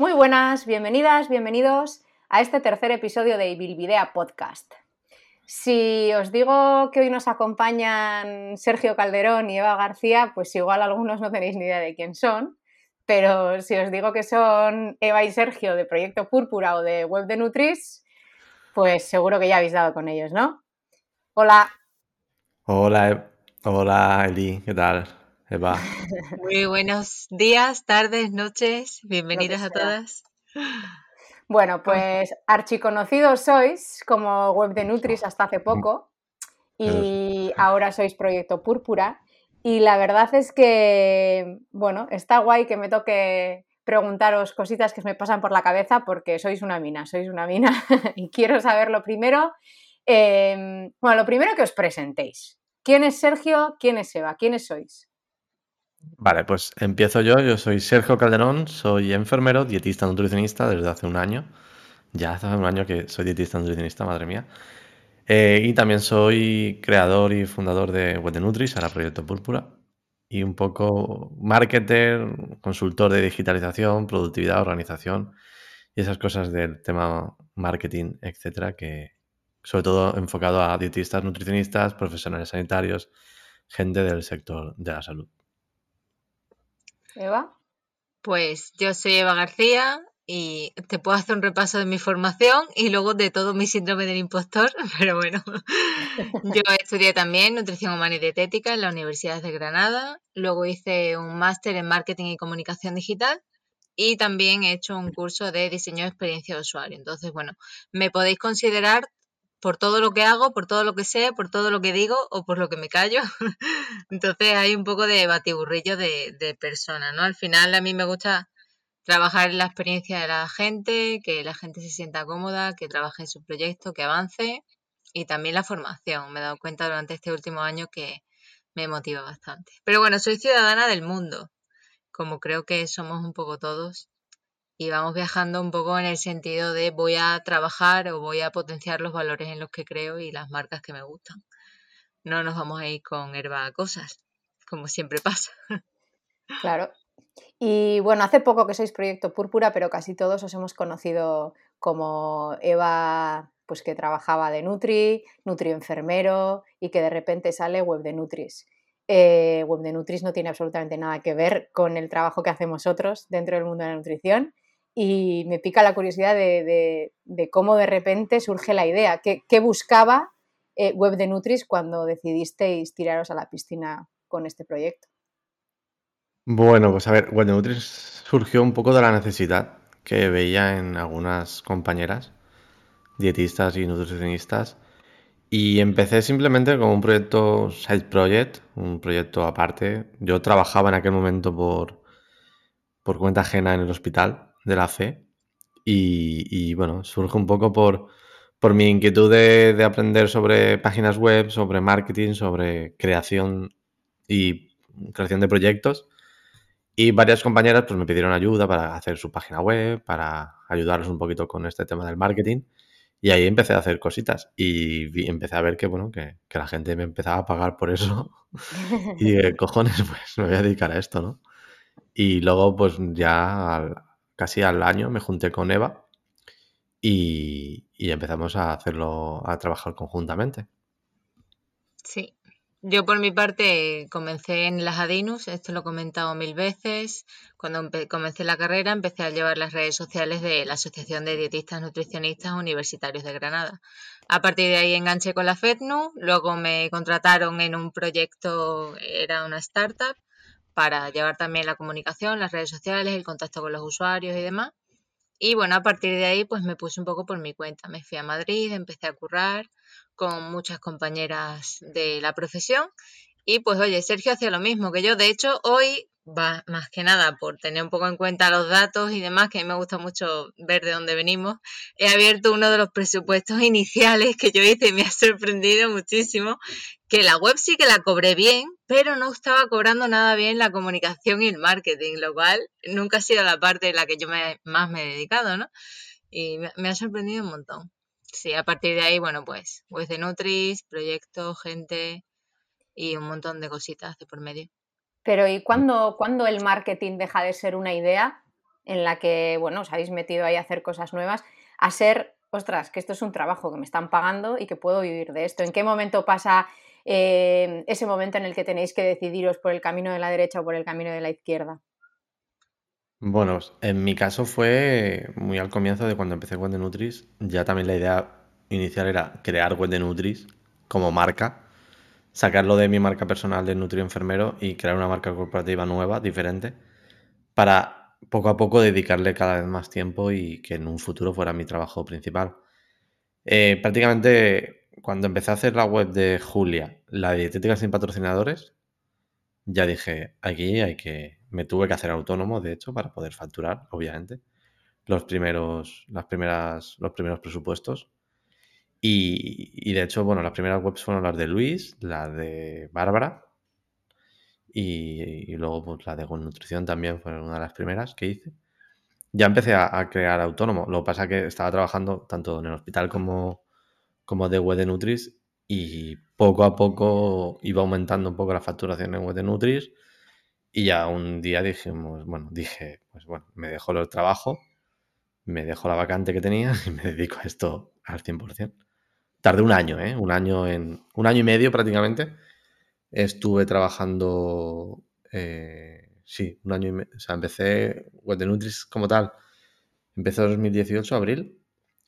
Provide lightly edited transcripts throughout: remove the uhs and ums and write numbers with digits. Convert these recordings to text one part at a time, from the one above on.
Muy buenas, bienvenidas, bienvenidos a este tercer episodio de Ibilbidea Podcast. Si os digo que hoy nos acompañan Sergio Calderón y Eva García, pues igual algunos no tenéis ni idea de quién son, pero si os digo que son Eva y Sergio de Proyecto Púrpura o de Web de Nutris, pues seguro que ya habéis dado con ellos, ¿no? Hola. Hola Eli, ¿qué tal? Eva. Muy buenos días, tardes, noches, Lo que bienvenidas a sea. todas. Bueno, pues archiconocidos sois como Web de Nutris hasta hace poco Eso. y ahora sois Proyecto Púrpura y la verdad es que, bueno, está guay que me toque preguntaros cositas que me pasan por la cabeza porque sois una mina y quiero saber lo primero, lo primero que os presentéis. ¿Quién es Sergio? ¿Quién es Eva? ¿Quiénes sois? Vale, pues empiezo yo. Yo soy Sergio Calderón, soy enfermero, dietista nutricionista desde hace un año. Ya hace un año que soy dietista nutricionista, madre mía. Y también soy creador y fundador de Web de Nutris, ahora Proyecto Púrpura. Y un poco marketer, consultor de digitalización, productividad, organización y esas cosas del tema marketing, etcétera, que sobre todo enfocado a dietistas, nutricionistas, profesionales sanitarios, gente del sector de la salud. ¿Eva? Pues yo soy Eva García y te puedo hacer un repaso de mi formación y luego de todo mi síndrome del impostor, pero bueno, yo estudié también nutrición humana y dietética en la Universidad de Granada, luego hice un máster en marketing y comunicación digital y también he hecho un curso de diseño de experiencia de usuario. Entonces, bueno, me podéis considerar por todo lo que hago, por todo lo que sé, por todo lo que digo o por lo que me callo. Entonces hay un poco de batiburrillo de personas, ¿no? Al final a mí me gusta trabajar en la experiencia de la gente, que la gente se sienta cómoda, que trabaje en su proyecto, que avance y también la formación. Me he dado cuenta durante este último año que me motiva bastante. Pero bueno, soy ciudadana del mundo, como creo que somos un poco todos y vamos viajando un poco en el sentido de voy a trabajar o voy a potenciar los valores en los que creo y las marcas que me gustan. No nos vamos a ir con herba a cosas, como siempre pasa. Claro. Y bueno, hace poco que sois Proyecto Púrpura, pero casi todos os hemos conocido como Eva, pues que trabajaba de Nutri enfermero y que de repente sale Web de Nutris. Web de Nutris no tiene absolutamente nada que ver con el trabajo que hacemos otros dentro del mundo de la nutrición y me pica la curiosidad de cómo de repente surge la idea. ¿Qué buscaba Web de Nutris cuando decidisteis tiraros a la piscina con este proyecto? Bueno, pues a ver, Web de Nutris surgió un poco de la necesidad que veía en algunas compañeras, dietistas y nutricionistas, y empecé simplemente con un proyecto side project, un proyecto aparte. Yo trabajaba en aquel momento por cuenta ajena en el hospital de la fe y bueno, surge un poco por mi inquietud de aprender sobre páginas web, sobre marketing, sobre y creación de proyectos. Y varias compañeras pues me pidieron ayuda para hacer su página web, para ayudarlos un poquito con este tema del marketing. Y ahí empecé a hacer cositas y empecé a ver que, bueno, que la gente me empezaba a pagar por eso. Y dije, cojones, pues me voy a dedicar a esto, ¿no? Y luego, pues ya casi al año me junté con Eva y empezamos a hacerlo, a trabajar conjuntamente. Sí. Yo por mi parte comencé en las Adinus, esto lo he comentado mil veces. Cuando comencé la carrera empecé a llevar las redes sociales de la Asociación de Dietistas Nutricionistas Universitarios de Granada. A partir de ahí enganché con la FEDNU, luego me contrataron en un proyecto, era una startup, para llevar también la comunicación, las redes sociales, el contacto con los usuarios y demás. Y bueno, a partir de ahí pues me puse un poco por mi cuenta. Me fui a Madrid, empecé a currar con muchas compañeras de la profesión y pues oye, Sergio hacía lo mismo que yo. De hecho, hoy, va más que nada por tener un poco en cuenta los datos y demás, que a mí me gusta mucho ver de dónde venimos, he abierto uno de los presupuestos iniciales que yo hice y me ha sorprendido muchísimo, que la web sí que la cobré bien, pero no estaba cobrando nada bien la comunicación y el marketing, lo cual nunca ha sido la parte en la que yo más me he dedicado, ¿no? Y me ha sorprendido un montón. Sí, a partir de ahí, bueno, pues de Nutris, proyecto, gente y un montón de cositas de por medio. Pero ¿y cuándo el marketing deja de ser una idea en la que, bueno, os habéis metido ahí a hacer cosas nuevas, a ser, ostras, que esto es un trabajo que me están pagando y que puedo vivir de esto? ¿En qué momento pasa ese momento en el que tenéis que decidiros por el camino de la derecha o por el camino de la izquierda? Bueno, en mi caso fue muy al comienzo de cuando empecé Web de Nutris. Ya también la idea inicial era crear Web de Nutris como marca, sacarlo de mi marca personal de Nutri Enfermero y crear una marca corporativa nueva, diferente, para poco a poco dedicarle cada vez más tiempo y que en un futuro fuera mi trabajo principal. Prácticamente cuando empecé a hacer la web de Julia, la de dietética sin patrocinadores, ya dije, aquí me tuve que hacer autónomo, de hecho, para poder facturar, obviamente, los primeros presupuestos. Y de hecho, bueno, las primeras webs fueron las de Luis, la de Bárbara y luego pues la de Con Nutrición también fue una de las primeras que hice. Ya empecé a crear autónomo. Lo que pasa es que estaba trabajando tanto en el hospital como de Web de Nutris y poco a poco iba aumentando un poco la facturación en Web de Nutris y ya un día pues bueno, me dejo el trabajo, me dejo la vacante que tenía y me dedico a esto al 100%. Tardé un año, ¿eh? Un año y medio prácticamente. Estuve trabajando, sí, un año y medio. O sea, empecé Web de Nutris como tal. Empezó en 2018, abril,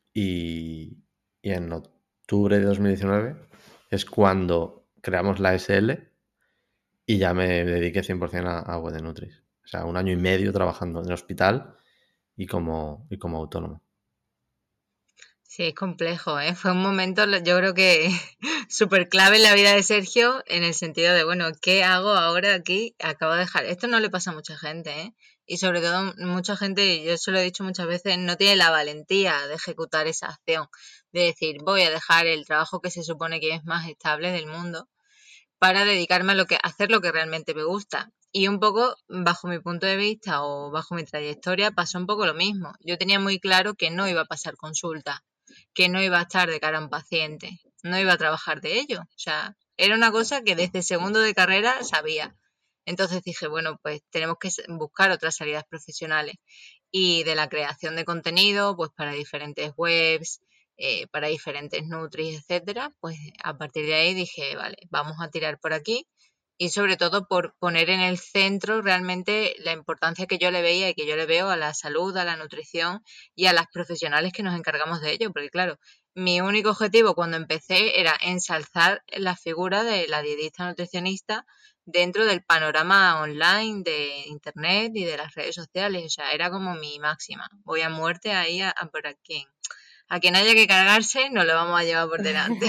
y en octubre de 2019 es cuando creamos la SL y ya me dediqué 100% a Web de Nutris. O sea, un año y medio trabajando en el hospital y como autónomo. Sí, es complejo, ¿eh? Fue un momento, yo creo que súper clave en la vida de Sergio, en el sentido de, bueno, ¿qué hago ahora aquí? Acabo de dejar. Esto no le pasa a mucha gente, ¿eh? Y sobre todo, mucha gente, yo se lo he dicho muchas veces, no tiene la valentía de ejecutar esa acción, de decir, voy a dejar el trabajo que se supone que es más estable del mundo para dedicarme a hacer lo que realmente me gusta. Y un poco, bajo mi punto de vista o bajo mi trayectoria, pasó un poco lo mismo. Yo tenía muy claro que no iba a pasar consulta, que no iba a estar de cara a un paciente, no iba a trabajar de ello. O sea, era una cosa que desde segundo de carrera sabía. Entonces dije, bueno, pues tenemos que buscar otras salidas profesionales. Y de la creación de contenido, pues para diferentes webs, para diferentes nutris, etcétera, pues a partir de ahí dije, vale, vamos a tirar por aquí y sobre todo por poner en el centro realmente la importancia que yo le veía y que yo le veo a la salud, a la nutrición y a las profesionales que nos encargamos de ello, porque claro, mi único objetivo cuando empecé era ensalzar la figura de la dietista nutricionista dentro del panorama online de internet y de las redes sociales, o sea, era como mi máxima. Voy a muerte ahí a por a quien haya que cargarse, nos lo vamos a llevar por delante.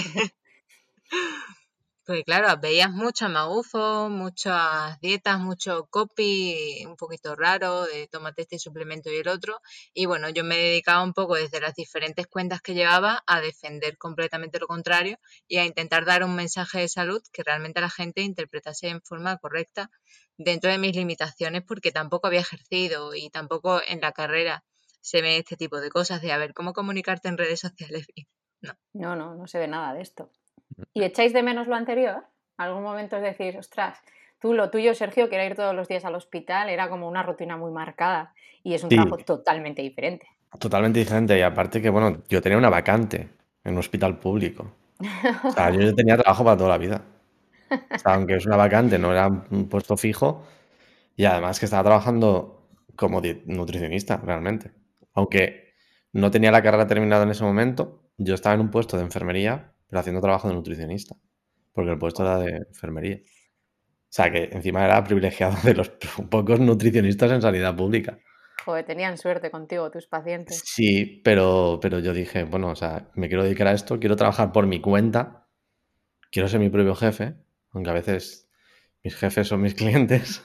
Pues claro, veías mucho magufo, muchas dietas, mucho copy, un poquito raro de tómate este suplemento y el otro. Y bueno, yo me dedicaba un poco desde las diferentes cuentas que llevaba a defender completamente lo contrario y a intentar dar un mensaje de salud que realmente la gente interpretase en forma correcta dentro de mis limitaciones porque tampoco había ejercido y tampoco en la carrera se ve este tipo de cosas de a ver cómo comunicarte en redes sociales. No. No, no, no se ve nada de esto. ¿Y echáis de menos lo anterior? ¿Algún momento es decir, ostras, tú lo tuyo, Sergio, que era ir todos los días al hospital, era como una rutina muy marcada y es un Sí, trabajo totalmente diferente? totalmente diferente. Y aparte que, bueno, yo tenía una vacante en un hospital público. O sea, yo ya tenía trabajo para toda la vida. O sea, aunque es una vacante, no era un puesto fijo. Y además que estaba trabajando como nutricionista, realmente. Aunque no tenía la carrera terminada en ese momento, yo estaba en un puesto de enfermería, pero haciendo trabajo de nutricionista. Porque el puesto era de enfermería. O sea, que encima era privilegiado de los pocos nutricionistas en sanidad pública. Joder, tenían suerte contigo tus pacientes. Sí, pero yo dije, bueno, o sea, me quiero dedicar a esto, quiero trabajar por mi cuenta, quiero ser mi propio jefe, aunque a veces mis jefes son mis clientes.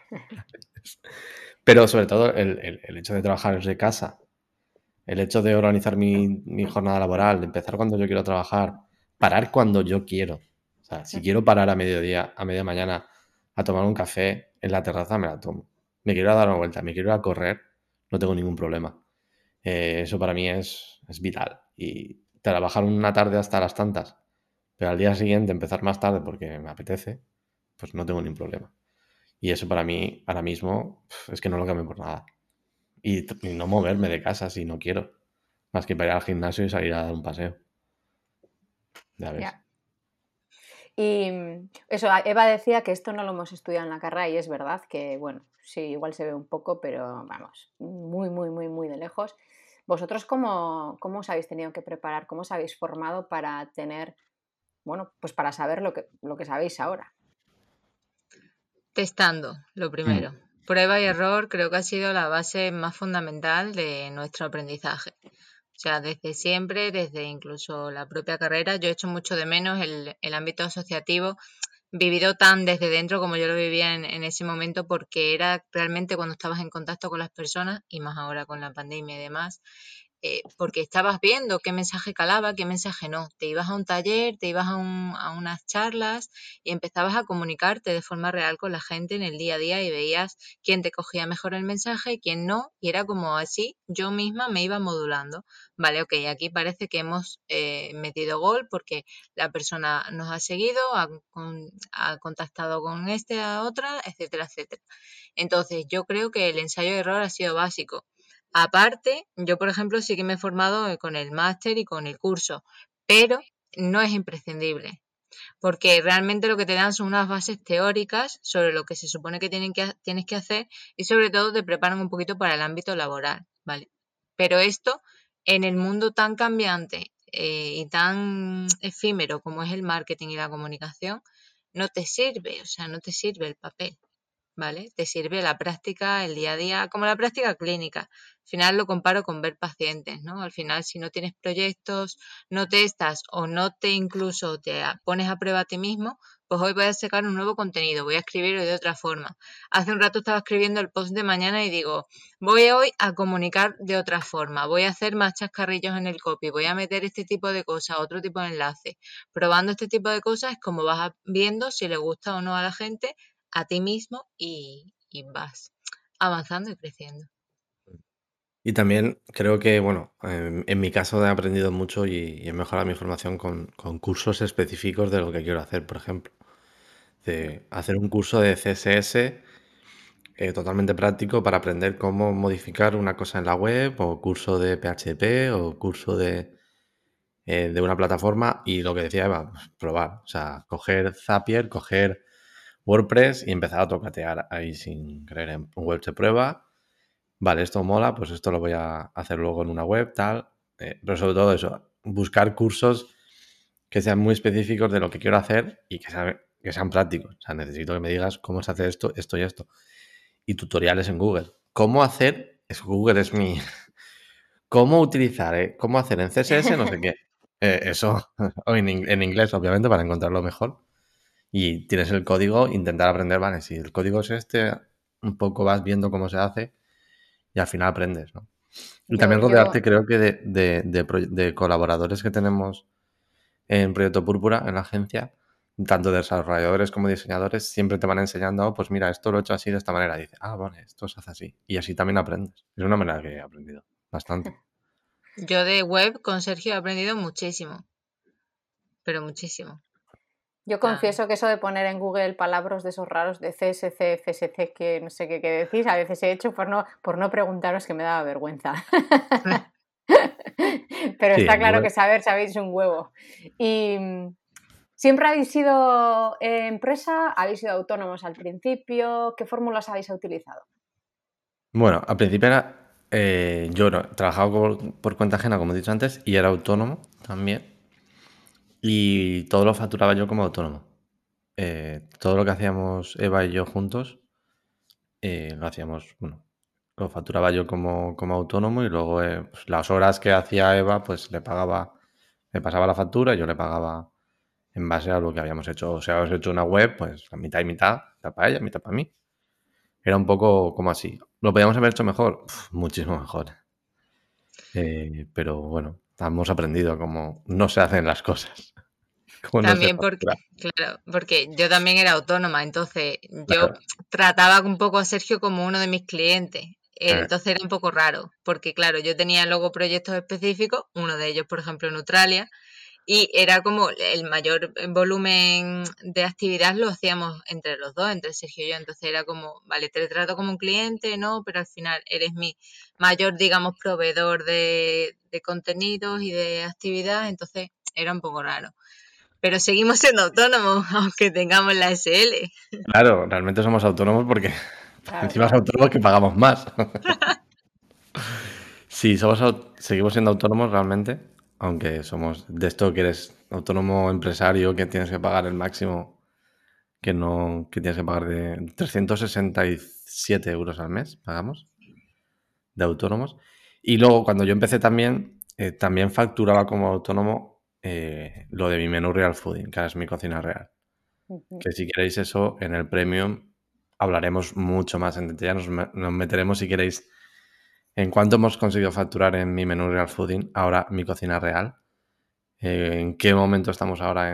Pero sobre todo el hecho de trabajar desde casa, el hecho de organizar mi jornada laboral, de empezar cuando yo quiero trabajar, parar cuando yo quiero. O sea, si quiero parar a mediodía, a media mañana, a tomar un café en la terraza, me la tomo. Me quiero ir a dar una vuelta, me quiero ir a correr, no tengo ningún problema. Eso para mí es vital. Y trabajar una tarde hasta las tantas, pero al día siguiente empezar más tarde porque me apetece, pues no tengo ningún problema. Y eso para mí, ahora mismo, es que no lo cambio por nada. y no moverme de casa si no quiero. Más que para ir al gimnasio y salir a dar un paseo. Ya ves. Ya. Y eso, Eva decía que esto no lo hemos estudiado en la carrera y es verdad que, bueno, sí, igual se ve un poco, pero vamos, muy, muy, muy, muy de lejos. ¿Vosotros cómo os habéis tenido que preparar? ¿Cómo os habéis formado para tener, bueno, pues para saber lo que sabéis ahora? Testando, lo Mm. primero. Prueba y error creo que ha sido la base más fundamental de nuestro aprendizaje. O sea, desde siempre, desde incluso la propia carrera, yo he hecho mucho de menos el ámbito asociativo vivido tan desde dentro como yo lo vivía en ese momento, porque era realmente cuando estabas en contacto con las personas, y más ahora con la pandemia y demás, porque estabas viendo qué mensaje calaba, qué mensaje no. Te ibas a un taller, te ibas a unas charlas y empezabas a comunicarte de forma real con la gente en el día a día y veías quién te cogía mejor el mensaje y quién no, y era como así, yo misma me iba modulando. Vale, ok, aquí parece que hemos metido gol porque la persona nos ha seguido, ha contactado con este, a otra, etcétera, etcétera. Entonces, yo creo que el ensayo de error ha sido básico. Aparte, yo, por ejemplo, sí que me he formado con el máster y con el curso, pero no es imprescindible, porque realmente lo que te dan son unas bases teóricas sobre lo que se supone que tienes que hacer y sobre todo te preparan un poquito para el ámbito laboral, ¿vale? Pero esto, en el mundo tan cambiante y tan efímero como es el marketing y la comunicación, no te sirve, o sea, no te sirve el papel. ¿Vale? Te sirve la práctica, el día a día, como la práctica clínica. Al final lo comparo con ver pacientes, ¿no? Al final, si no tienes proyectos, no testas o no te incluso pones a prueba a ti mismo, pues hoy voy a sacar un nuevo contenido, voy a escribirlo de otra forma. Hace un rato estaba escribiendo el post de mañana y digo, voy hoy a comunicar de otra forma, voy a hacer más chascarrillos en el copy, voy a meter este tipo de cosas, otro tipo de enlace. Probando este tipo de cosas es como vas viendo si le gusta o no a la gente, a ti mismo y vas avanzando y creciendo. Y también creo que, bueno, en mi caso he aprendido mucho y he mejorado mi formación con cursos específicos de lo que quiero hacer, por ejemplo. De hacer un curso de CSS totalmente práctico para aprender cómo modificar una cosa en la web, o curso de PHP, o curso de una plataforma, y lo que decía Eva, pues, probar. O sea, coger Zapier, coger WordPress y empezar a tocatear ahí sin creer en webs de prueba. Vale, esto mola, pues esto lo voy a hacer luego en una web, tal. Pero sobre todo eso, buscar cursos que sean muy específicos de lo que quiero hacer y que sean prácticos. O sea, necesito que me digas cómo se hace esto, esto y esto. Y tutoriales en Google. ¿Cómo hacer? Google es mi... ¿Cómo utilizar? ¿Cómo hacer en CSS? No sé qué. Eso, o en inglés, obviamente, para encontrarlo mejor. Y tienes el código, intentar aprender, vale, si el código es este, un poco vas viendo cómo se hace y al final aprendes, ¿no? Y Yo, también rodearte, yo, creo que de colaboradores que tenemos en Proyecto Púrpura, en la agencia, tanto desarrolladores como diseñadores, siempre te van enseñando, "Oh, pues mira, esto lo he hecho así de esta manera". Y dices, ah, vale, esto se hace así. Y así también aprendes. Es una manera que he aprendido bastante. Yo de web con Sergio he aprendido muchísimo, pero muchísimo. yo O sea, confieso que eso de poner en Google palabras de esos raros de CSC, FSC, que no sé qué decís, a veces he hecho por no preguntaros que me daba vergüenza. Pero Sí, está en claro Google. que sabéis un huevo. Y ¿siempre habéis sido empresa? ¿Habéis sido autónomos al principio? ¿Qué fórmulas habéis utilizado? Bueno, al principio era, yo no, trabajaba por cuenta ajena, como he dicho antes, y era autónomo también. Y todo lo facturaba yo como autónomo. Todo lo que hacíamos Eva y yo juntos, lo hacíamos, bueno, lo facturaba yo como autónomo y luego pues, las horas que hacía Eva, pues le pasaba la factura y yo le pagaba en base a lo que habíamos hecho. O sea, habíamos hecho una web, pues a mitad y mitad, mitad para ella, mitad para mí. Era un poco como así. ¿Lo podíamos haber hecho mejor? Muchísimo mejor. Pero bueno, hemos aprendido cómo no se hacen las cosas, cómo no se también porque, factura. claro, porque yo también era autónoma, entonces yo Claro. trataba un poco a Sergio como uno de mis clientes. Eh, Entonces era un poco raro, porque claro, yo tenía luego proyectos específicos, uno de ellos, por ejemplo, Neutralia, Y era como el mayor volumen de actividad lo hacíamos entre los dos, entre Sergio y yo. Entonces era como, vale, te trato como un cliente, ¿no? Pero al final eres mi mayor, digamos, proveedor de contenidos y de actividad. Entonces era un poco raro. Pero seguimos siendo autónomos, aunque tengamos la SL. Claro, realmente somos autónomos porque Claro, encima claro. somos autónomos que pagamos más. Sí, seguimos siendo autónomos realmente, aunque somos de esto que eres autónomo empresario, que tienes que pagar el máximo, que tienes que pagar de 367 euros al mes, pagamos, de autónomos. Y luego, cuando yo empecé también, también facturaba como autónomo lo de mi menú Real Fooding, que ahora es mi cocina real. Ujú. Que si queréis eso, en el Premium hablaremos mucho más en detalle, nos meteremos si queréis en cuánto hemos conseguido facturar en mi menú Real Fooding, ahora mi cocina real, en qué momento estamos ahora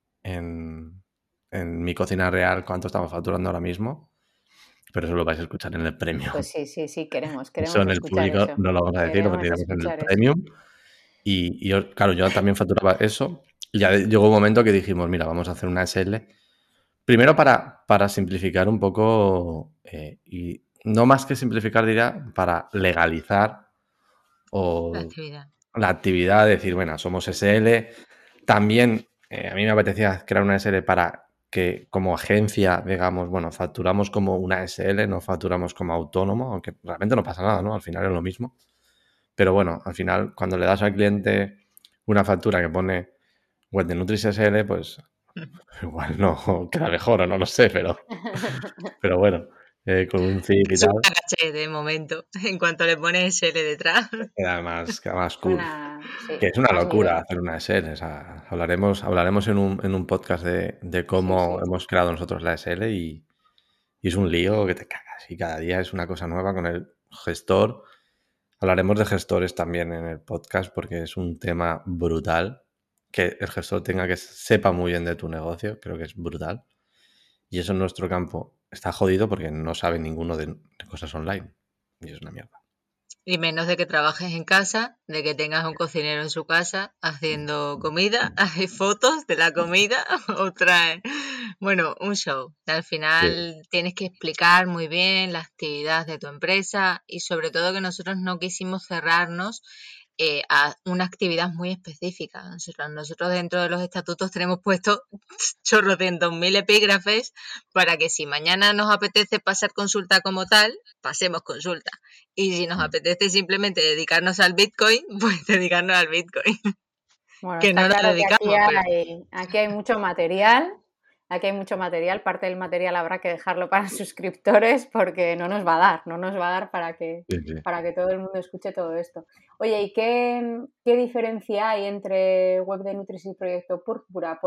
en mi cocina real, cuánto estamos facturando ahora mismo, pero eso lo vais a escuchar en el Premium. Pues sí, queremos, Eso queremos en el escuchar público eso. no lo vamos a decir, lo Queremos diremos en el escuchar eso. Premium. Y yo, claro, yo también facturaba eso. Y ya llegó un momento que dijimos, mira, vamos a hacer una SL. Primero para simplificar un poco, y no más que simplificar, diría, para legalizar La o actividad. la actividad, de decir, bueno, somos SL. También a mí me apetecía crear una SL para que como agencia, digamos, bueno, facturamos como una SL, no facturamos como autónomo, aunque realmente no pasa nada, ¿no? Al final es lo mismo. Pero bueno, al final, cuando le das al cliente una factura que pone Web de Nutris SL, pues igual no queda mejor o no lo sé, pero bueno, con un zip y Sube tal, la caché de momento, en cuanto le pones SL detrás. queda más cool. Suena, Que sí, es una más locura nivel. hacer una SL. O sea, hablaremos en un podcast de Sí, cómo sí. hemos creado nosotros la SL y es un lío que te cagas. Y cada día es una cosa nueva con el gestor. Hablaremos de gestores también en el podcast porque es un tema brutal. Que el gestor sepa muy bien de tu negocio, creo que es brutal. Y eso en nuestro campo está jodido porque no sabe ninguno de cosas online. Y es una mierda. Y menos de que trabajes en casa, de que tengas un cocinero en su casa haciendo comida, hace fotos de la comida o trae, bueno, un show. Al Sí. final tienes que explicar muy bien las actividades de tu empresa y sobre todo que nosotros no quisimos cerrarnos a una actividad muy específica. Nosotros dentro de los estatutos tenemos puesto chorrocientos mil epígrafes para que si mañana nos apetece pasar consulta como tal, pasemos consulta. Y si nos apetece simplemente dedicarnos al Bitcoin, pues dedicarnos al Bitcoin. Bueno, Que no está nos claro que dedicamos, pero aquí hay mucho material. Aquí hay mucho material. Parte del material habrá que dejarlo para suscriptores porque no nos va a dar, no nos va a dar Sí, sí. para que todo el mundo escuche todo esto. Oye, ¿y qué diferencia hay entre Web de Nutris y Proyecto Púrpura?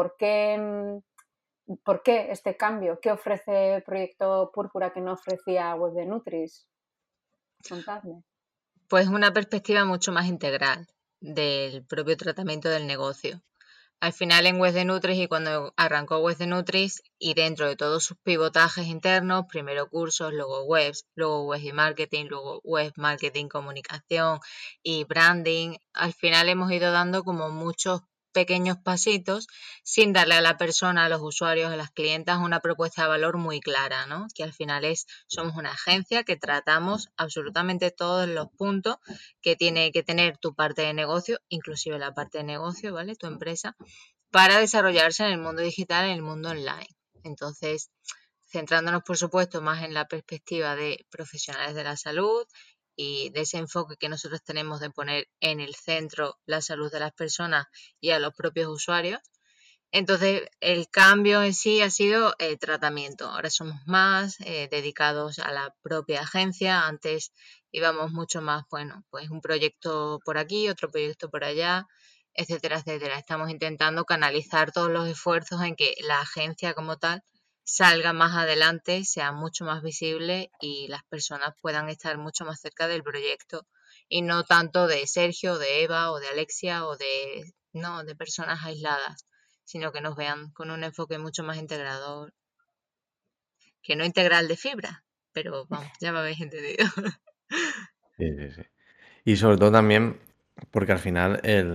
¿Por qué este cambio? ¿Qué ofrece Proyecto Púrpura que no ofrecía Web de Nutris? Contadme. pues una perspectiva mucho más integral del propio tratamiento del negocio. Al final en Web de Nutris y cuando arrancó Web de Nutris y dentro de todos sus pivotajes internos, primero cursos, luego webs, luego web y marketing, luego web marketing, comunicación y branding, al final hemos ido dando como muchos pequeños pasitos sin darle a la persona, a los usuarios, a las clientas una propuesta de valor muy clara, ¿no? Que al final somos una agencia que tratamos absolutamente todos los puntos que tiene que tener tu parte de negocio, inclusive la parte de negocio, ¿vale? Tu empresa, para desarrollarse en el mundo digital, en el mundo online. Entonces, centrándonos, por supuesto, más en la perspectiva de profesionales de la salud y de ese enfoque que nosotros tenemos de poner en el centro la salud de las personas y a los propios usuarios. Entonces, el cambio en sí ha sido el tratamiento. Ahora somos más dedicados a la propia agencia. Antes íbamos mucho más, bueno, pues un proyecto por aquí, otro proyecto por allá, etcétera, etcétera. Estamos intentando canalizar todos los esfuerzos en que la agencia como tal salga más adelante, sea mucho más visible y las personas puedan estar mucho más cerca del proyecto y no tanto de Sergio, de Eva o de Alexia o no, de personas aisladas, sino que nos vean con un enfoque mucho más integrador, que no integral de fibra, pero vamos, ya me habéis entendido. Sí, sí, sí. Y sobre todo también porque al final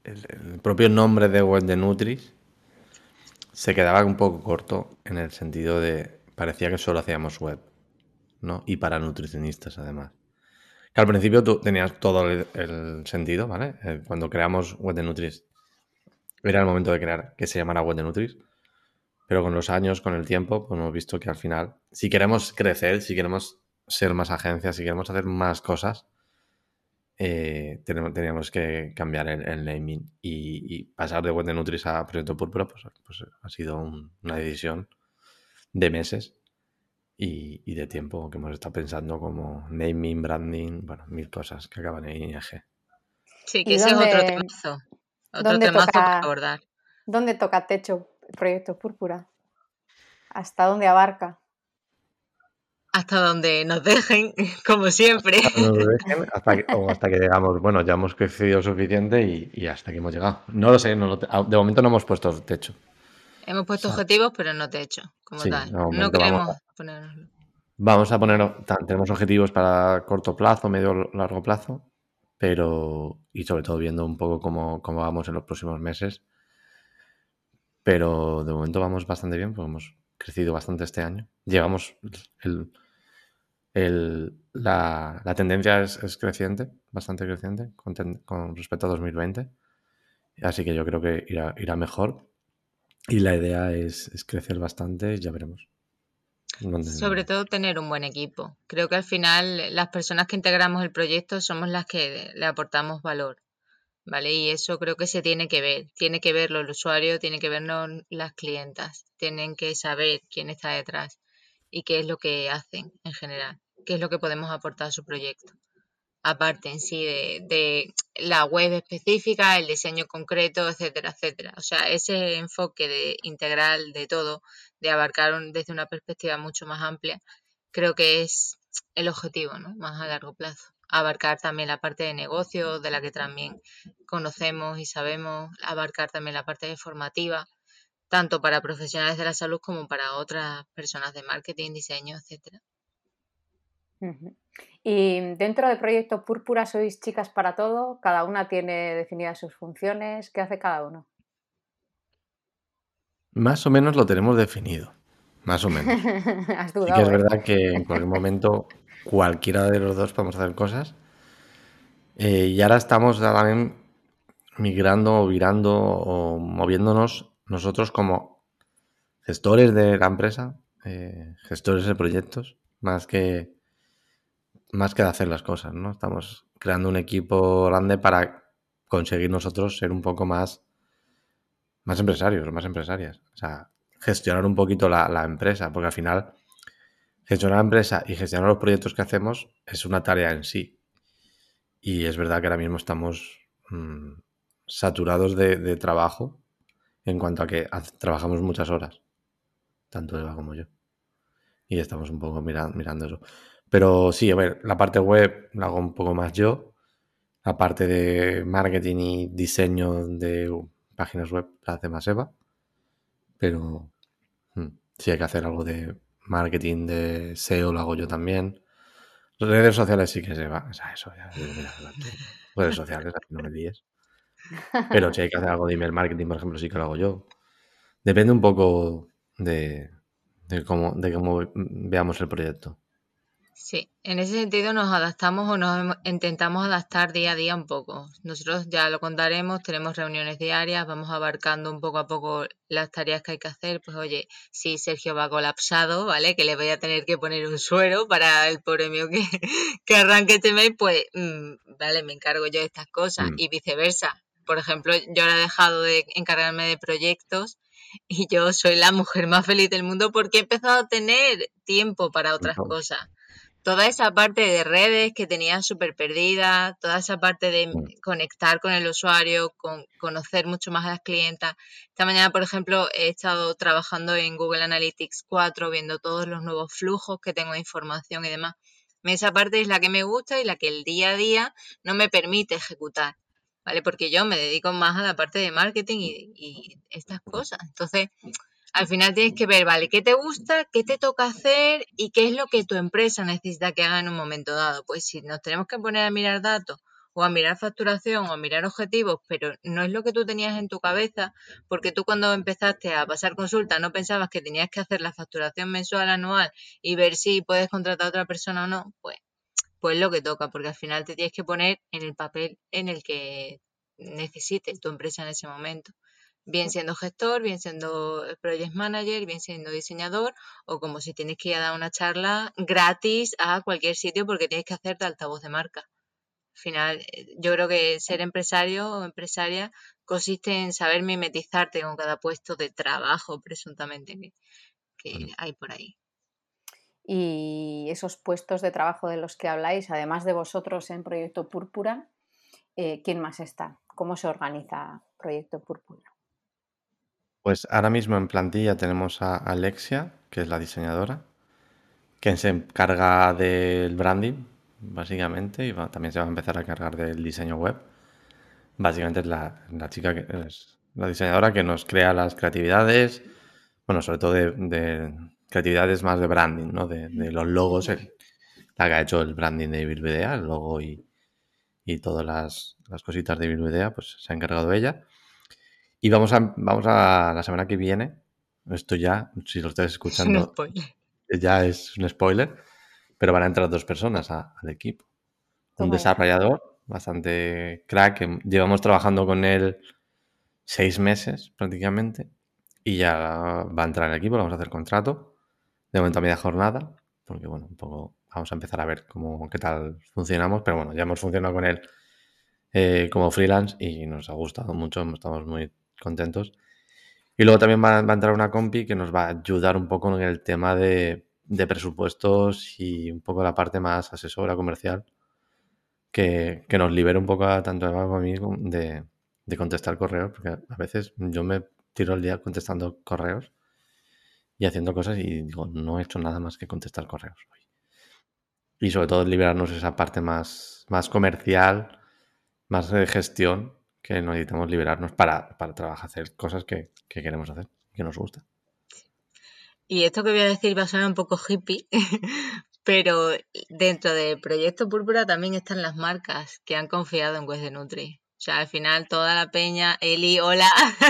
el propio nombre de web de Nutris se quedaba un poco corto en el sentido de parecía que solo hacíamos web, ¿no? Y para nutricionistas además. Que al principio tú tenías todo el sentido, ¿vale? Cuando creamos web de Nutris era el momento de crear que se llamara web de Nutris, pero con los años, con el tiempo, pues hemos visto que al final, si queremos crecer, si queremos ser más agencias, si queremos hacer más cosas, teníamos que cambiar el naming y pasar de web de Nutris a Proyecto Púrpura, pues ha sido una decisión de meses y de tiempo que hemos estado pensando como naming, branding, bueno, mil cosas que acaban en ING. Sí, que ¿Y ese es otro temazo para abordar. dónde toca techo Proyecto Púrpura? ¿Hasta dónde abarca? Hasta donde nos dejen, como siempre. Hasta que llegamos. Bueno, ya hemos crecido suficiente y hasta que hemos llegado. No lo sé, de momento no hemos puesto techo. Hemos O puesto sea, objetivos, pero no techo, como sí, tal. de No momento queremos ponernoslo. vamos a poner, tenemos objetivos para corto plazo, medio largo plazo, pero, y sobre todo viendo un poco cómo vamos en los próximos meses, pero de momento vamos bastante bien, porque hemos crecido bastante este año. Llevamos la tendencia es creciente, bastante creciente con respecto a 2020. Así que yo creo que irá mejor. Y la idea es crecer bastante y ya veremos. Sobre todo tener un buen equipo. Creo que al final las personas que integramos el proyecto somos las que le aportamos valor, ¿vale? Y eso creo que se tiene que verlo el usuario, tiene que verlo las clientas, tienen que saber quién está detrás y qué es lo que hacen en general, qué es lo que podemos aportar a su proyecto. Aparte en sí de la web específica, el diseño concreto, etcétera, etcétera. O sea, ese enfoque de integral de todo, de abarcar desde una perspectiva mucho más amplia, creo que es el objetivo, ¿no? Más a largo plazo. Abarcar también la parte de negocio, de la que también conocemos y sabemos, abarcar también la parte formativa, tanto para profesionales de la salud como para otras personas de marketing, diseño, etcétera. Uh-huh. Y dentro del Proyecto Púrpura sois chicas para todo, cada una tiene definidas sus funciones, ¿qué hace cada uno? Más o menos lo tenemos definido. Más o menos. Has Sí que es dudado, ¿eh? verdad que en cualquier momento cualquiera de los dos podemos hacer cosas. Y ahora estamos también migrando o virando o moviéndonos nosotros como gestores de la empresa, gestores de proyectos, más que de hacer las cosas, ¿no? Estamos creando un equipo grande para conseguir nosotros ser un poco más empresarios, más empresarias. O sea, gestionar un poquito la empresa, porque al final gestionar la empresa y gestionar los proyectos que hacemos es una tarea en sí. Y es verdad que ahora mismo estamos saturados de trabajo en cuanto a que trabajamos muchas horas, tanto Eva como yo. Y estamos un poco mirando eso. Pero sí, a ver, la parte web la hago un poco más yo. La parte de marketing y diseño de páginas web la hace más Eva. Pero sí hay que hacer algo de marketing, de SEO, lo hago yo también. Redes sociales sí que se va. O sea, eso ya digo, mira, tú, redes sociales, aquí no me líes. Pero si hay que hacer algo de email marketing, por ejemplo, sí que lo hago yo. Depende un poco de cómo veamos el proyecto. Sí, en ese sentido nos adaptamos o intentamos adaptar día a día un poco. Nosotros ya lo contaremos, tenemos reuniones diarias, vamos abarcando un poco a poco las tareas que hay que hacer. Pues oye, si Sergio va colapsado, ¿vale? Que le voy a tener que poner un suero para el pobre mío que arranque este mes, pues vale, me encargo yo de estas cosas y viceversa. Por ejemplo, yo ahora he dejado de encargarme de proyectos y yo soy la mujer más feliz del mundo porque he empezado a tener tiempo para otras cosas. Toda esa parte de redes que tenía súper perdida, toda esa parte de conectar con el usuario, con conocer mucho más a las clientas. Esta mañana, por ejemplo, he estado trabajando en Google Analytics 4, viendo todos los nuevos flujos que tengo de información y demás. Esa parte es la que me gusta y la que el día a día no me permite ejecutar, ¿vale? Porque yo me dedico más a la parte de marketing y estas cosas. Entonces, al final tienes que ver, vale, qué te gusta, qué te toca hacer y qué es lo que tu empresa necesita que haga en un momento dado. Pues si nos tenemos que poner a mirar datos o a mirar facturación o a mirar objetivos, pero no es lo que tú tenías en tu cabeza, porque tú cuando empezaste a pasar consulta no pensabas que tenías que hacer la facturación mensual, anual y ver si puedes contratar a otra persona o no, pues lo que toca, porque al final te tienes que poner en el papel en el que necesite tu empresa en ese momento. Bien siendo gestor, bien siendo project manager, bien siendo diseñador, o como si tienes que ir a dar una charla gratis a cualquier sitio porque tienes que hacerte altavoz de marca. Al final, yo creo que ser empresario o empresaria consiste en saber mimetizarte con cada puesto de trabajo, presuntamente, que hay por ahí. Y esos puestos de trabajo de los que habláis, además de vosotros en Proyecto Púrpura, ¿quién más está? ¿Cómo se organiza Proyecto Púrpura? Pues ahora mismo en plantilla tenemos a Alexia, que es la diseñadora, que se encarga del branding, básicamente, y también se va a empezar a cargar del diseño web. Básicamente es la chica que es la diseñadora que nos crea las creatividades, bueno, sobre todo de creatividades más de branding, ¿no? De los logos, la que ha hecho el branding de Bilbidea, el logo y todas las cositas de Bilbidea, pues se ha encargado ella. Y vamos a la semana que viene, esto ya, si lo estáis Es un escuchando, spoiler. ya es un spoiler, pero van a entrar 2 personas al equipo. Un Toma ya. desarrollador bastante crack, que llevamos trabajando con él 6 meses prácticamente, y ya va a entrar al equipo, le vamos a hacer contrato, de momento a media jornada, porque bueno, un poco vamos a empezar a ver qué tal funcionamos, pero bueno, ya hemos funcionado con él como freelance y nos ha gustado mucho, estamos muy contentos. Y luego también va a entrar una compi que nos va a ayudar un poco en el tema de presupuestos y un poco la parte más asesora comercial, que nos libere un poco tanto a Eva como a mí de contestar correos, porque a veces yo me tiro el día contestando correos y haciendo cosas y digo, no he hecho nada más que contestar correos hoy. Y sobre todo liberarnos esa parte más comercial, más de gestión, que necesitamos liberarnos para trabajar, hacer cosas que queremos hacer, que nos gusta. Y esto que voy a decir va a sonar un poco hippie, pero dentro del Proyecto Púrpura también están las marcas que han confiado en West de Nutri. O sea, al final toda la peña, Eli, hola,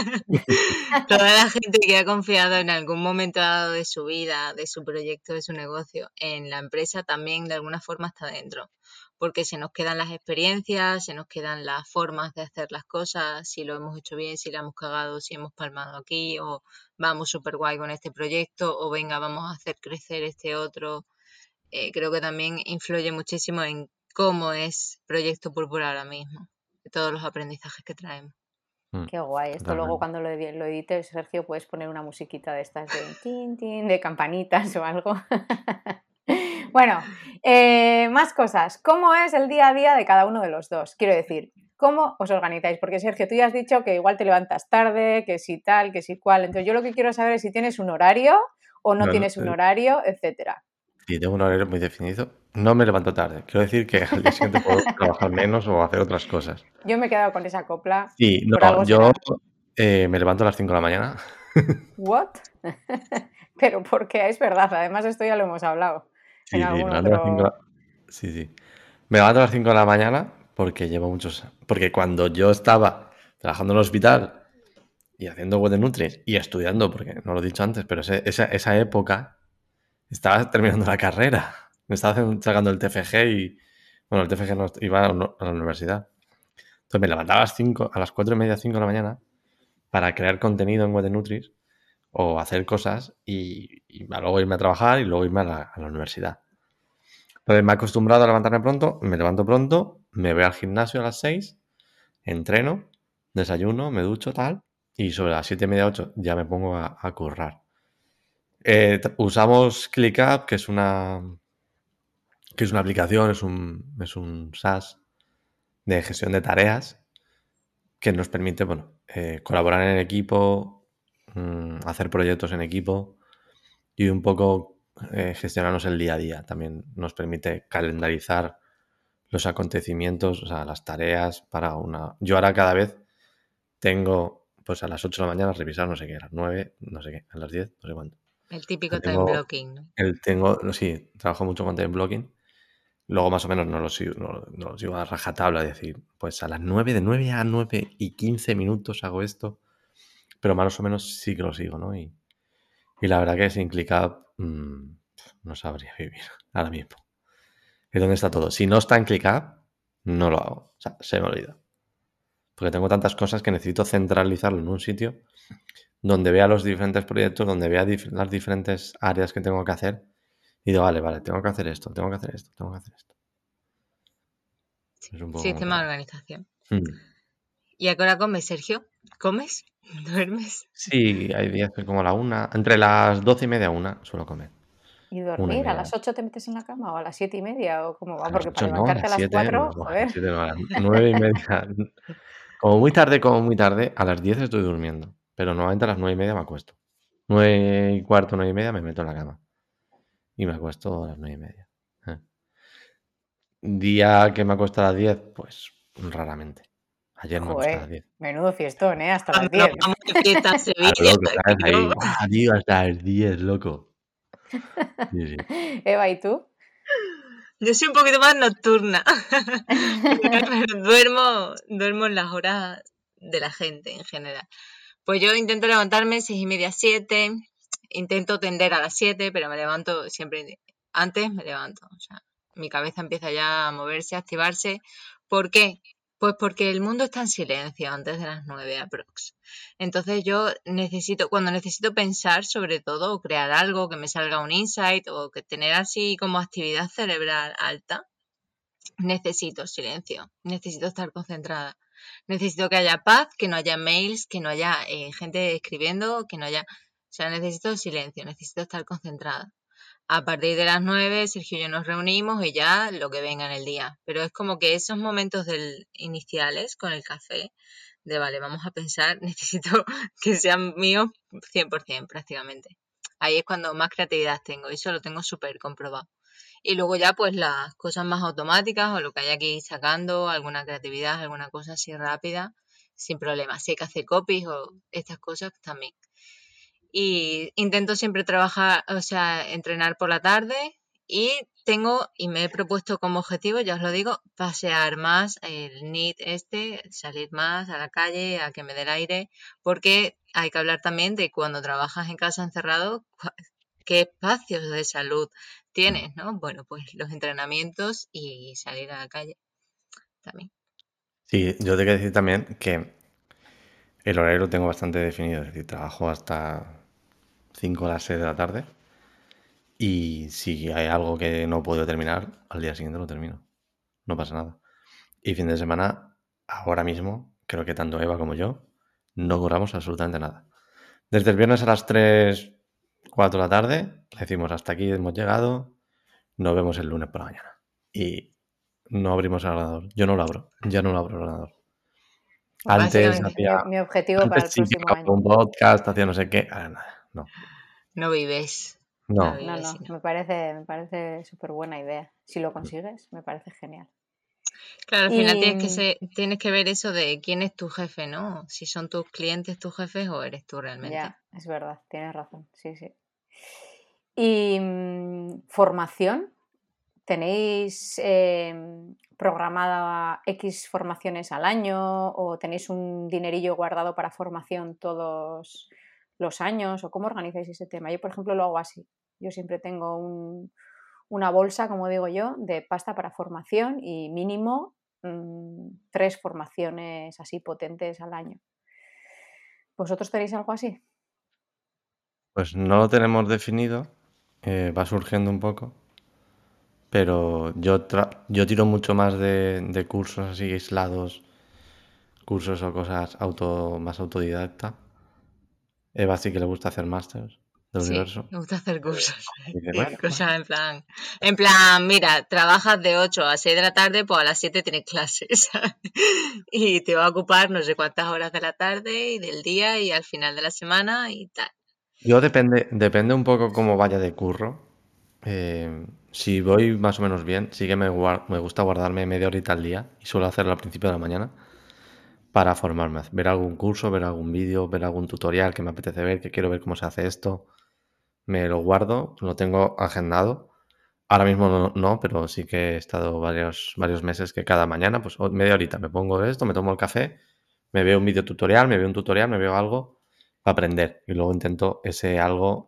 toda la gente que ha confiado en algún momento dado de su vida, de su proyecto, de su negocio, en la empresa también de alguna forma está dentro. Porque se nos quedan las experiencias, se nos quedan las formas de hacer las cosas, si lo hemos hecho bien, si la hemos cagado, si hemos palmado aquí, o vamos súper guay con este proyecto, o venga, vamos a hacer crecer este otro. Creo que también influye muchísimo en cómo es Proyecto Púrpura ahora mismo, de todos los aprendizajes que traemos. Qué guay. Esto luego Totalmente. cuando lo edites, Sergio, puedes poner una musiquita de estas de tin, tin, de campanitas o algo. Bueno, más cosas. ¿Cómo es el día a día de cada uno de los dos? Quiero decir, ¿cómo os organizáis? Porque Sergio, tú ya has dicho que igual te levantas tarde, que si tal, que si cual. Entonces yo lo que quiero saber es si tienes un horario o no tienes un horario, etcétera. Sí, tengo un horario muy definido. No me levanto tarde. Quiero decir que al día siguiente puedo trabajar menos o hacer otras cosas. Yo me he quedado con esa copla, Sí, por no, algo yo será. me levanto a las 5 de la mañana. ¿What? Pero porque es verdad, además esto ya lo hemos hablado en Sí, sí, algún me levanto a las 5 otro... Sí, sí. Me levanto a las 5 de la mañana porque llevo muchos... Porque cuando yo estaba trabajando en el hospital y haciendo web de Nutri y estudiando, porque no lo he dicho antes, pero esa época estaba terminando la carrera. Me estaba sacando el TFG y... Bueno, el TFG no iba a la universidad. Entonces me levantaba a las 4:30, 5 de la mañana para crear contenido en web de Nutri o hacer cosas y luego irme a trabajar y luego irme a la universidad. Entonces me he acostumbrado a levantarme pronto, me levanto pronto, me voy al gimnasio a las 6, entreno, desayuno, me ducho, tal, y sobre las 7:30, 8 ya me pongo a currar. Usamos ClickUp, que es una aplicación, es un SaaS de gestión de tareas que nos permite, bueno, colaborar en equipo, hacer proyectos en equipo y un poco gestionarnos el día a día. También nos permite calendarizar los acontecimientos, o sea, las tareas para una... Yo ahora cada vez tengo, pues a las 8 de la mañana revisar no sé qué, a las 9, no sé qué, a las 10, no sé cuánto. El típico time Tengo, blocking, ¿no? sí, trabajo mucho con time blocking Luego más o menos no lo sigo a rajatabla, es decir, pues a las 9, de 9 a 9 y 15 minutos hago esto, pero más o menos sí que lo sigo, ¿no? Y la verdad que sin ClickUp no sabría vivir ahora mismo. ¿Y dónde está todo? Si no está en ClickUp, no lo hago. O sea, se me olvida. Porque tengo tantas cosas que necesito centralizarlo en un sitio donde vea los diferentes proyectos, donde vea las diferentes áreas que tengo que hacer. Y digo, vale, tengo que hacer esto, tengo que hacer esto, tengo que hacer esto. Es un poco como Sistema de tal. organización. ¿Y a qué hora comes, Sergio? ¿Comes? ¿Duermes? Sí, hay días que como a la 1, entre las 12:30 a 1 suelo comer. ¿Y 1 y dormir? ¿A media. las 8 te metes en la cama o a las 7:30 o cómo va? A las Porque para 8 no, a levantarte las a las 7, 4, no, a joder. las 7 no, a las 9:30. Como muy tarde, a las 10 estoy durmiendo. Pero normalmente a las 9:30 me acuesto. 9:15, 9:30 me meto en la cama. Y me acuesto a las 9:30. Día que me acuesto a las 10, pues raramente. Ayer me acosté a las Joder, 10. menudo fiestón, ¿eh? Hasta las Cuando nos 10. vamos de fiesta a A lo Sevilla, loco, que ¿sabes? Ahí, yo, ¡guau, tío! Hasta las 10, loco. Sí, sí. Eva, ¿y tú? yo soy un poquito más nocturna. Pero duermo en las horas de la gente en general. Pues yo intento levantarme 6:30, 7. Intento tender a las 7, pero me levanto siempre antes, me levanto. O sea, mi cabeza empieza ya a moverse, a activarse. ¿Por qué? Pues porque el mundo está en silencio antes de las 9 aprox. Entonces yo cuando necesito pensar sobre todo, o crear algo, que me salga un insight, o que tener así como actividad cerebral alta, necesito silencio, necesito estar concentrada. Necesito que haya paz, que no haya mails, que no haya gente escribiendo, que no haya... O sea, necesito silencio, necesito estar concentrada. A partir de las 9, Sergio y yo nos reunimos y ya lo que venga en el día. Pero es como que esos momentos iniciales con el café, de vale, vamos a pensar, necesito que sean míos 100% prácticamente. Ahí es cuando más creatividad tengo, y eso lo tengo súper comprobado. Y luego ya pues las cosas más automáticas o lo que haya que ir sacando, alguna creatividad, alguna cosa así rápida, sin problema. Si hay que hacer copies o estas cosas también. Y intento siempre trabajar, o sea, entrenar por la tarde y me he propuesto como objetivo, ya os lo digo, pasear más el NEAT salir más a la calle, a que me dé el aire, porque hay que hablar también de cuando trabajas en casa encerrado, qué espacios de salud tienes, ¿no? Bueno, pues los entrenamientos y salir a la calle también. Sí, yo te quiero decir también que el horario lo tengo bastante definido. Es decir, trabajo hasta 5 o las 6 de la tarde. Y si hay algo que no puedo terminar, al día siguiente lo termino. No pasa nada. Y fin de semana, ahora mismo, creo que tanto Eva como yo, no curramos absolutamente nada. Desde el viernes a las 3, 4 de la tarde, decimos hasta aquí hemos llegado, nos vemos el lunes por la mañana. Y no abrimos el ordenador. Yo no lo abro, ya no lo abro el ordenador. Antes Básicamente, hacía, mi objetivo para antes el sí que próximo hacía año. un podcast, hacía no sé qué, ahora nada, no. No vives, no No, No, vives, no, sino. me parece súper buena idea. Si lo consigues, me parece genial. Claro, al final Y tienes que ver eso de quién es tu jefe, ¿no? Si son tus clientes tus jefes o eres tú realmente. ya, es verdad, tienes razón, sí, sí. ¿Y formación? ¿Tenéis programada X formaciones al año o tenéis un dinerillo guardado para formación todos los años? ¿O cómo organizáis ese tema? Yo, por ejemplo, lo hago así. Yo siempre tengo una bolsa, como digo yo, de pasta para formación y mínimo 3 formaciones así potentes al año. ¿Vosotros tenéis algo así? pues no lo tenemos definido, va surgiendo un poco, pero yo tiro mucho más de cursos así aislados, cursos o cosas más autodidacta. Eva sí que le gusta hacer másters del Sí, universo. me gusta hacer cursos. Y dice, Y bueno, bueno. cosas en plan, mira, trabajas de 8 a 6 de la tarde, pues a las 7 tienes clases, ¿sabes? Y te va a ocupar no sé cuántas horas de la tarde y del día y al final de la semana y tal. Yo depende un poco cómo vaya de curro. Si voy más o menos bien, sí que me gusta guardarme media horita al día y suelo hacerlo al principio de la mañana para formarme, ver algún curso, ver algún vídeo, ver algún tutorial que me apetece ver, que quiero ver cómo se hace esto. Me lo guardo, lo tengo agendado Ahora mismo no, pero sí que he estado varios meses que cada mañana, pues media horita, me pongo esto, me tomo el café, me veo un video tutorial, me veo un tutorial, me veo algo para aprender. Y luego intento ese algo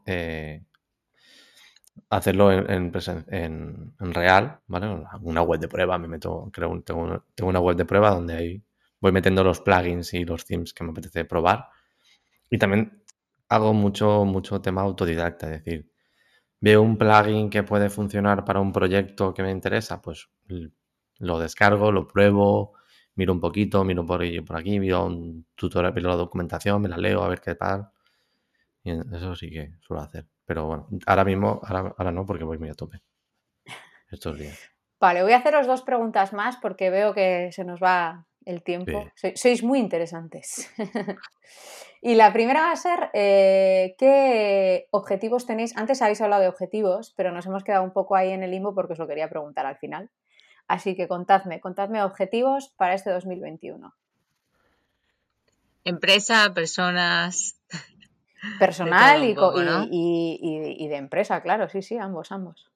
hacerlo en real, ¿vale? Una web de prueba, me meto, tengo una web de prueba donde ahí voy metiendo los plugins y los themes que me apetece probar. Y también hago mucho tema autodidacta, es decir, veo un plugin que puede funcionar para un proyecto que me interesa, pues lo descargo, lo pruebo, miro un poquito, miro por aquí, miro un tutorial, miro la documentación, me la leo a ver qué tal. Y eso sí que suelo hacer. Pero bueno, ahora no, porque voy muy a tope estos días. Vale, voy a haceros 2 preguntas más porque veo que se nos va el Sí. tiempo. Sois muy interesantes. Y la primera va a ser, ¿qué objetivos tenéis? Antes habéis hablado de objetivos, pero nos hemos quedado un poco ahí en el limbo porque os lo quería preguntar al final. Así que contadme objetivos para este 2021. Empresa, personas, de Personal todo un poco, ¿no? y de empresa, claro, sí, ambos.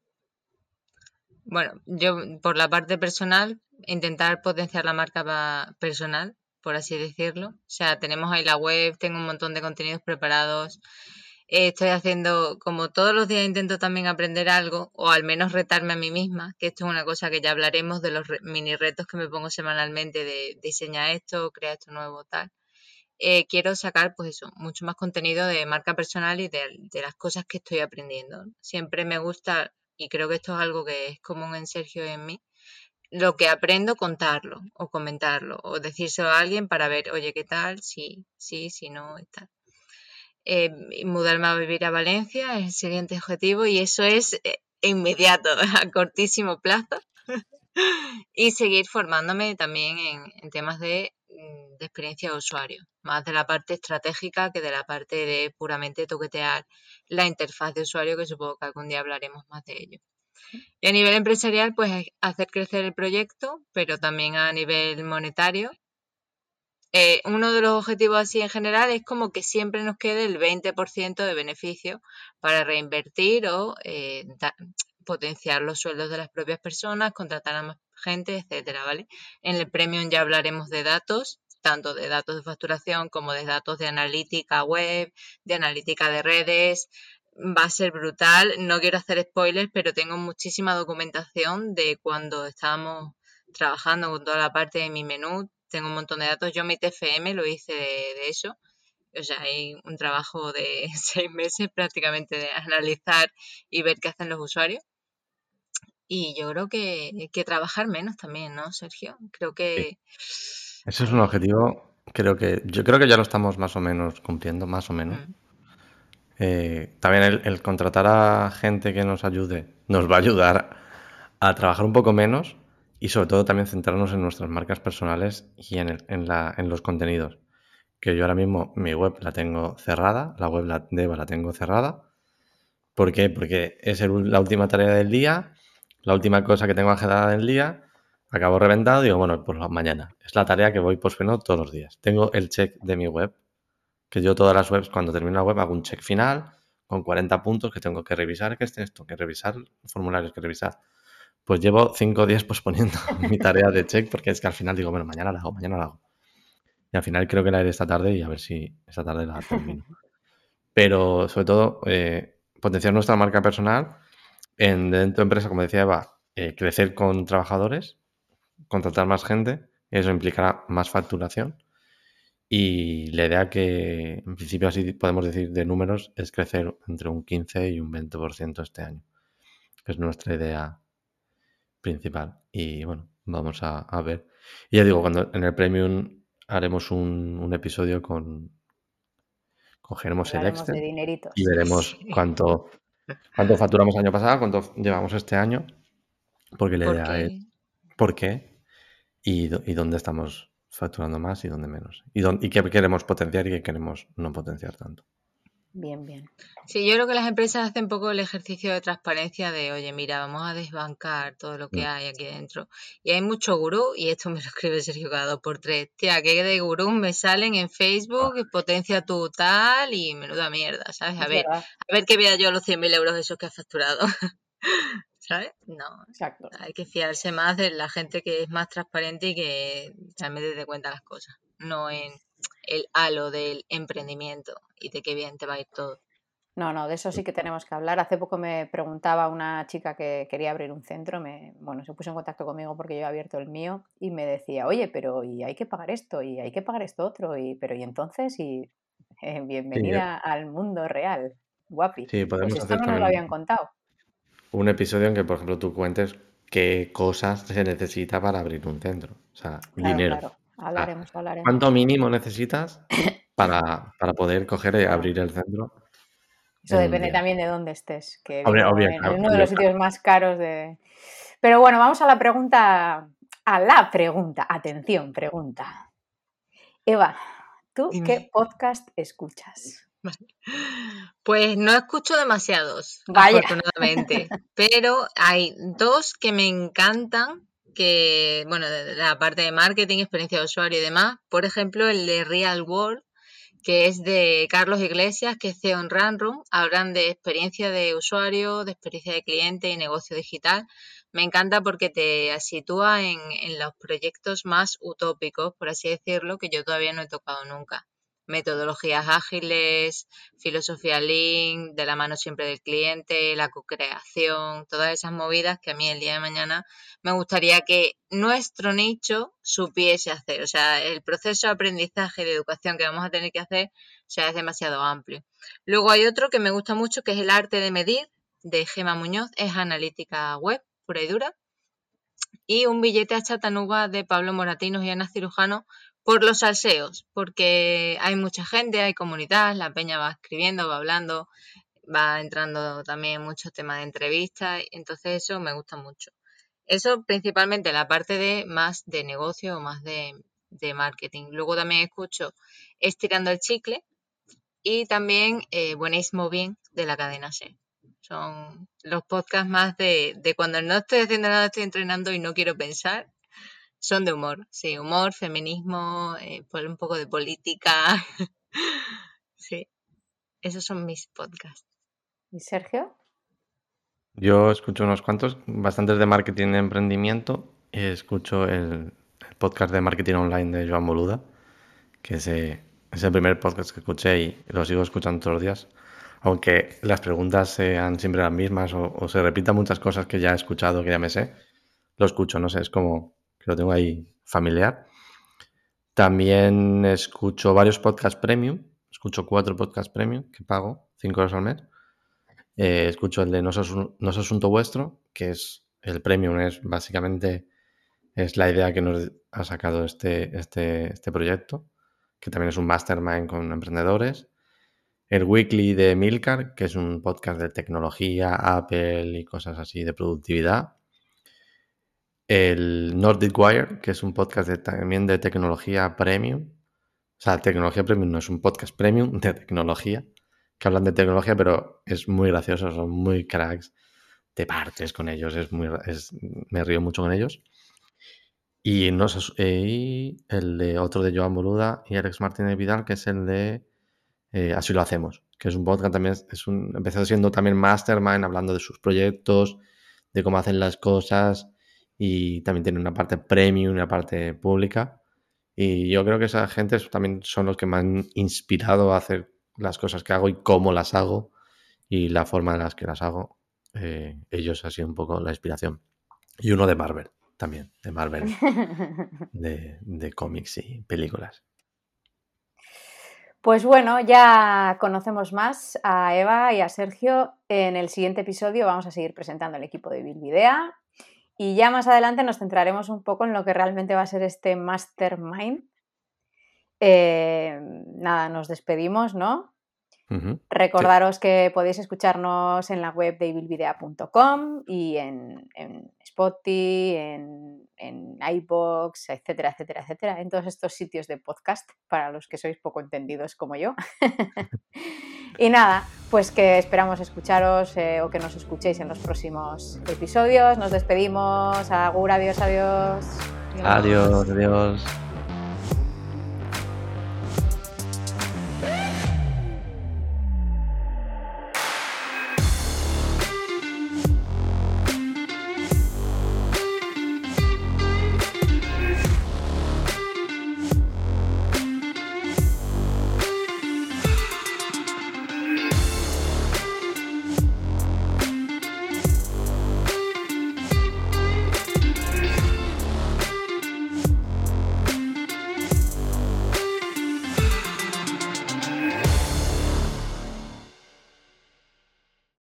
Bueno, yo por la parte personal, intentar potenciar la marca personal, por así decirlo. O sea, tenemos ahí la web, tengo un montón de contenidos preparados. Estoy haciendo, como todos los días intento también aprender algo, o al menos retarme a mí misma, que esto es una cosa que ya hablaremos de los mini retos que me pongo semanalmente de diseña esto, crea esto nuevo, tal. Quiero sacar, pues eso, mucho más contenido de marca personal y de las cosas que estoy aprendiendo. Siempre me gusta, y creo que esto es algo que es común en Sergio y en mí, lo que aprendo, contarlo o comentarlo o decírselo a alguien para ver, oye, ¿qué tal? Si no, y tal. Mudarme a vivir a Valencia es el siguiente objetivo y eso es inmediato, a cortísimo plazo. Y seguir formándome también en temas de experiencia de usuario, más de la parte estratégica que de la parte de puramente toquetear la interfaz de usuario, que supongo que algún día hablaremos más de ello. Y a nivel empresarial, pues hacer crecer el proyecto, pero también a nivel monetario. Uno de los objetivos así en general es como que siempre nos quede el 20% de beneficio para reinvertir o potenciar los sueldos de las propias personas, contratar a más gente, etcétera, ¿vale? En el Premium ya hablaremos de datos, tanto de datos de facturación como de datos de analítica web, de analítica de redes. Va a ser brutal. No quiero hacer spoilers, pero tengo muchísima documentación de cuando estábamos trabajando con toda la parte de mi menú. Tengo un montón de datos. Yo mi TFM lo hice de eso. O sea, hay un trabajo de 6 meses prácticamente de analizar y ver qué hacen los usuarios. Y yo creo que trabajar menos también, ¿no, Sergio? Creo Sí. que Ese es un hay... objetivo, yo creo que ya lo estamos más o menos cumpliendo, más o menos. Mm, También el contratar a gente que nos ayude nos va a ayudar a trabajar un poco menos y sobre todo también centrarnos en nuestras marcas personales y en los contenidos. Que yo ahora mismo mi web la tengo cerrada, la web de Eva la tengo cerrada. ¿Por qué? Porque es la última tarea del día, la última cosa que tengo agendada del día, acabo reventado y digo, bueno, pues mañana. Es la tarea que voy posponiendo todos los días. Tengo el check de mi web, que yo todas las webs, cuando termino la web, hago un check final con 40 puntos que tengo que revisar, que esté esto, que revisar formularios, que revisar. Pues llevo 5 días posponiendo mi tarea de check porque es que al final digo, bueno, mañana la hago, mañana la hago. Y al final creo que la haré esta tarde y a ver si esta tarde la termino. Pero sobre todo, potenciar nuestra marca personal dentro de empresa, como decía Eva, crecer con trabajadores, contratar más gente, eso implicará más facturación. Y la idea que, en principio, así podemos decir de números, es crecer entre un 15 y un 20% este año, que es nuestra idea principal. Y bueno, vamos a ver. Y ya digo, cuando en el Premium haremos un episodio cogeremos el Hablaremos de Excel y dineritos. veremos sí. cuánto facturamos el año pasado, cuánto llevamos este año, porque la idea es Porque por qué y dónde estamos facturando más y dónde menos. Y qué queremos potenciar y qué queremos no potenciar tanto. Bien. sí, yo creo que las empresas hacen un poco el ejercicio de transparencia de, oye, mira, vamos a desbancar todo lo que Mm. hay aquí dentro. Y hay mucho gurú, y esto me lo escribe Sergio cada 2 por 3. Tía, que de gurús me salen en Ah, Facebook, y potencia tu tal, y menuda mierda, ¿sabes? Es verdad. A ver que vea yo los 100.000 euros esos que has facturado. ¿sabes? No, Exacto. hay que fiarse más de la gente que es más transparente y que realmente te cuenta las cosas, no en el halo del emprendimiento y de qué bien te va a ir todo. No, de eso sí que tenemos que hablar. Hace poco me preguntaba una chica que quería abrir un centro, se puso en contacto conmigo porque yo he abierto el mío y me decía, oye, pero y hay que pagar esto y hay que pagar esto otro, pero y entonces, Sí, bienvenida al mundo real, guapi. sí, Pues podemos esto hacer no nos lo también habían contado. un episodio en que, por ejemplo, tú cuentes qué cosas se necesita para abrir un centro. O sea, dinero. Claro, O sea, hablaremos. ¿cuánto mínimo necesitas para poder coger y Bueno, abrir el centro eso en un depende día? también de dónde estés, que Obvio, vivo obvio, en claro, uno de obvio, los sitios más caros de... Pero bueno, vamos a la pregunta, Atención, pregunta. Eva, ¿tú Dime. qué podcast escuchas? Pues no escucho demasiados, Vaya. afortunadamente, pero hay dos que me encantan, que, bueno, de la parte de marketing, experiencia de usuario y demás. Por ejemplo, el de Real World, que es de Carlos Iglesias, que es CEO en Runroom. Hablan de experiencia de usuario, de experiencia de cliente y negocio digital. Me encanta porque te sitúa en los proyectos más utópicos, por así decirlo, que yo todavía no he tocado nunca. Metodologías ágiles, filosofía Lean, de la mano siempre del cliente, la co-creación, todas esas movidas que a mí el día de mañana me gustaría que nuestro nicho supiese hacer. O sea, el proceso de aprendizaje y de educación que vamos a tener que hacer es demasiado amplio. Luego hay otro que me gusta mucho, que es el arte de medir, de Gema Muñoz, es analítica web, pura y dura. Y un billete a Chattanooga de Pablo Moratinos y Ana Cirujano por los salseos, porque hay mucha gente, hay comunidad, la peña va escribiendo, va hablando, va entrando también muchos temas de entrevistas, entonces eso me gusta mucho. Eso principalmente la parte de más de negocio o más de marketing. Luego también escucho Estirando el Chicle y también Buenísimo Bien de la cadena SER. Son los podcasts más de cuando no estoy haciendo nada, estoy entrenando y no quiero pensar. Son de humor, sí, humor, feminismo, un poco de política. Sí, esos son mis podcasts. ¿Y Sergio? Yo escucho unos cuantos, bastantes de marketing de emprendimiento. Escucho el podcast de marketing online de Joan Boluda, que es el primer podcast que escuché y lo sigo escuchando todos los días. Aunque las preguntas sean siempre las mismas o se repitan muchas cosas que ya he escuchado, que ya me sé, lo escucho, no sé, es como que lo tengo ahí familiar. También escucho varios podcasts premium, escucho 4 podcasts premium que pago 5 euros al mes. Escucho el de no es asunto vuestro, que es el premium, es básicamente es la idea que nos ha sacado este proyecto, que también es un mastermind con emprendedores. El Weekly de Milcar, que es un podcast de tecnología, Apple y cosas así de productividad. El Nordic Wire, que es un podcast también de tecnología premium. O sea, tecnología premium no es un podcast premium de tecnología, que hablan de tecnología, pero es muy gracioso, son muy cracks, te partes con ellos, me río mucho con ellos. Y, no sé, y el de otro de Joan Boluda y Alex Martínez Vidal, que es el de Así lo hacemos, que es un podcast también, empezó siendo también mastermind, hablando de sus proyectos, de cómo hacen las cosas, y también tiene una parte premium, una parte pública. Y yo creo que esa gente también son los que me han inspirado a hacer las cosas que hago y cómo las hago y la forma en las que las hago. Ellos ha sido un poco la inspiración. Y uno de Marvel también, de Marvel, de cómics y películas. Pues bueno, ya conocemos más a Eva y a Sergio. En el siguiente episodio vamos a seguir presentando el equipo de Bilbidea y ya más adelante nos centraremos un poco en lo que realmente va a ser este mastermind. Nada, nos despedimos, ¿no? Recordaros sí. que podéis escucharnos en la web de bilbidea.com y en Spotify, en iVoox, etcétera, etcétera, etcétera, en todos estos sitios de podcast para los que sois poco entendidos como yo. Y nada, pues que esperamos escucharos o que nos escuchéis en los próximos episodios. Nos despedimos. Agur, adiós, adiós. Adiós, adiós.